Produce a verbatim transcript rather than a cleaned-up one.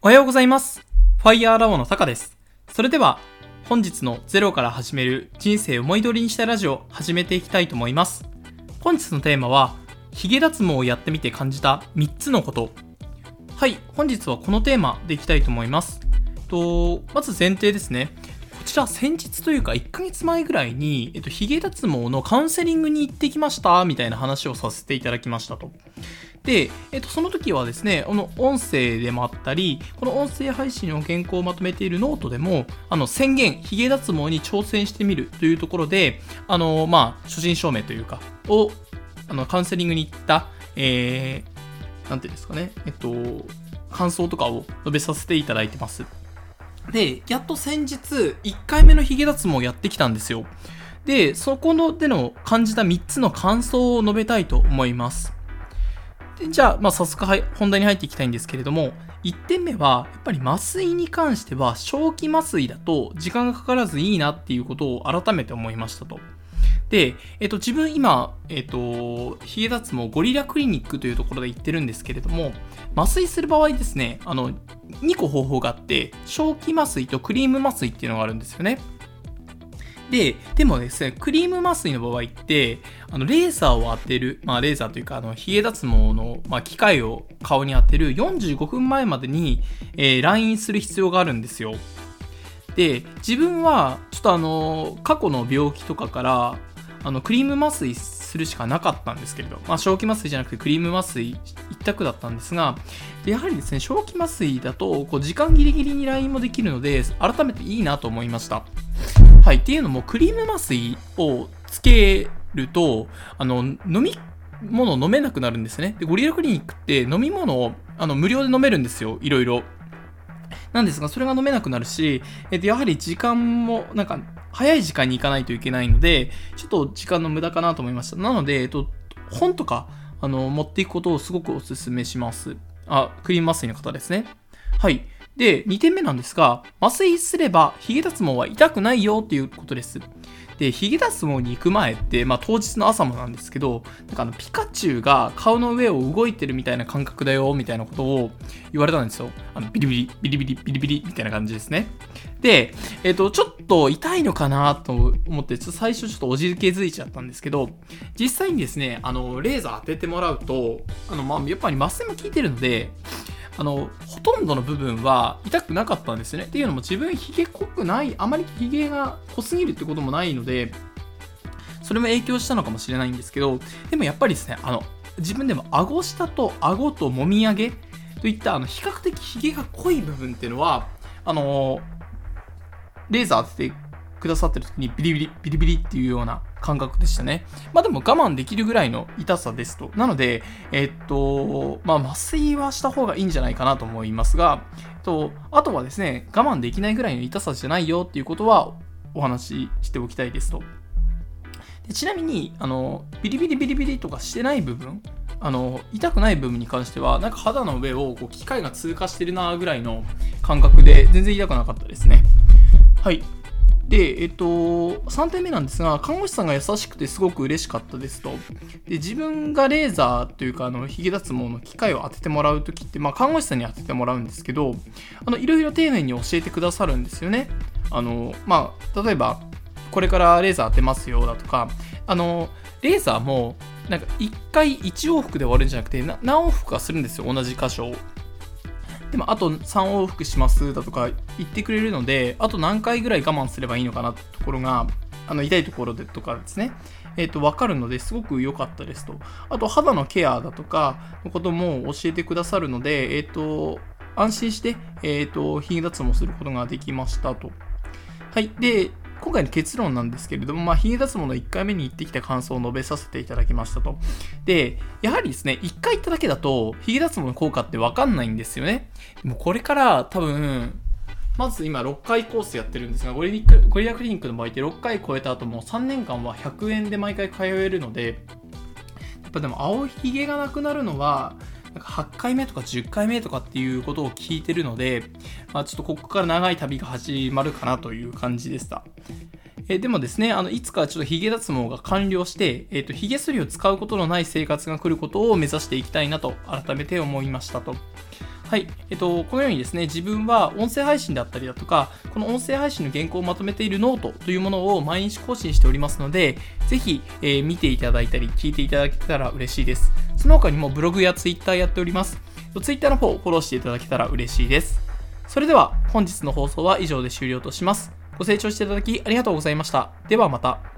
おはようございます。ファイヤーラボのタカです。それでは本日のゼロから始める人生を思い通りにしたラジオを始めていきたいと思います。本日のテーマはヒゲ脱毛をやってみて感じたみっつのこと。はい、本日はこのテーマでいきたいと思います。とまず前提ですね。こちら先日というかいっかげつまえぐらいに、えっと、ヒゲ脱毛のカウンセリングに行ってきましたみたいな話をさせていただきましたと。で、えっと、その時はですね、この音声でもあったり、この音声配信の原稿をまとめているノートでも、あの宣言、ヒゲ脱毛に挑戦してみるというところで、あの、まあ、初心証明というか、を、あの、カウンセリングに行った、えー、なんていうんですかね、えっと、感想とかを述べさせていただいてます。で、やっと先日、いっかいめのヒゲ脱毛をやってきたんですよ。で、そこのでの感じたみっつの感想を述べたいと思います。でじゃあ、まあ、早速本題に入っていきたいんですけれども、いってんめは、やっぱり麻酔に関しては、長期麻酔だと時間がかからずいいなっていうことを改めて思いましたと。で、えっと、自分今、えっと、ヒゲ脱毛ゴリラクリニックというところで行ってるんですけれども、麻酔する場合ですね、あの、にこ方法があって、長期麻酔とクリーム麻酔っていうのがあるんですよね。で、でもですね、クリーム麻酔の場合って、あの、レーザーを当てる、まあ、レーザーというか、あの、ヒゲ脱毛の、まあ、機械を顔に当てるよんじゅうごふんまえまでに、えー、来院する必要があるんですよ。で、自分は、ちょっとあの、過去の病気とかから、あの、クリーム麻酔するしかなかったんですけれど、まあ、長期麻酔じゃなくてクリーム麻酔一択だったんですが、でやはりですね、長期麻酔だと、こう、時間ギリギリに来院もできるので、改めていいなと思いました。はい、っていうのもクリーム麻酔をつけるとあの飲み物飲めなくなるんですね。でゴリラクリニックって飲み物をあの無料で飲めるんですよ、いろいろなんですが、それが飲めなくなるし、えっと、やはり時間もなんか早い時間に行かないといけないので、ちょっと時間の無駄かなと思いました。なので、えっと、本とかあの持っていくことをすごくお勧めします。あ、クリーム麻酔の方ですね。はい。で、にてんめなんですが、麻酔すればヒゲ脱毛は痛くないよっていうことです。で、ヒゲ脱毛に行く前って、まあ当日の朝もなんですけど、なんかあのピカチュウが顔の上を動いてるみたいな感覚だよみたいなことを言われたんですよ。あのビリビリ、ビリビリ、ビリビリみたいな感じですね。で、えっと、ちょっと痛いのかなと思って、ちょっと最初ちょっとおじけづいちゃったんですけど、実際にですね、あの、レーザー当ててもらうと、あの、まあやっぱり麻酔も効いてるので、あのほとんどの部分は痛くなかったんですね。っていうのも自分ヒゲ濃くない、あまりヒゲが濃すぎるってこともないので、それも影響したのかもしれないんですけど、でもやっぱりですね、あの自分でも顎下と顎ともみあげといったあの比較的ヒゲが濃い部分っていうのは、あのレーザー当ててくださってる時にビリビリビリビリっていうような感覚でしたね。まあでも我慢できるぐらいの痛さですと。なので、えっと、まあ麻酔はした方がいいんじゃないかなと思いますが、えっと、あとはですね、我慢できないぐらいの痛さじゃないよっていうことはお話ししておきたいですと。でちなみに、あの、ビリビリビリビリとかしてない部分、あの、痛くない部分に関しては、なんか肌の上をこう機械が通過してるなぐらいの感覚で全然痛くなかったですね。はい。で、えっと、さんてんめなんですが、看護師さんが優しくてすごく嬉しかったですと。で、自分がレーザーというか、あの、ヒゲ脱毛の機械を当ててもらうときって、まあ、看護師さんに当ててもらうんですけど、あの、いろいろ丁寧に教えてくださるんですよね。あの、まあ、例えば、これからレーザー当てますよだとか、あの、レーザーも、なんか、いっかいいち往復で終わるんじゃなくて、な何往復かするんですよ、同じ箇所を。でもあとさん往復しますだとか言ってくれるので、あと何回ぐらい我慢すればいいのかなってところが、あの痛いところでとかですね、えっと、わかるのですごく良かったですと。あと肌のケアだとかのことも教えてくださるので、えっと、安心して、えっと、ヒゲ脱毛することができましたと。はい。で、今回の結論なんですけれども、まあ、ヒゲ脱毛のいっかいめに行ってきた感想を述べさせていただきましたと。で、やはりですね、いっかい行っただけだと、ヒゲ脱毛の効果ってわかんないんですよね。でもこれから多分、まず今ろっかいコースやってるんですが、ゴリラクリニックの場合ってろっかい超えた後もさんねんかんはひゃくえんで毎回通えるので、やっぱでも青ひげがなくなるのは、なんかはちかいめとかじゅっかいめとかっていうことを聞いてるので、まあ、ちょっとここから長い旅が始まるかなという感じでした。えでもですね、あのいつかちょっとヒゲ脱毛が完了して、えーと、ヒゲ剃りを使うことのない生活が来ることを目指していきたいなと改めて思いましたと。 はい、えっと、このようにですね、自分は音声配信であったりだとか、この音声配信の原稿をまとめているノートというものを毎日更新しておりますので、ぜひ、えー見ていただいたり、聞いていただけたら嬉しいです。その他にもブログやツイッターやっております。ツイッターの方、フォローしていただけたら嬉しいです。それでは、本日の放送は以上で終了とします。ご清聴していただきありがとうございました。ではまた。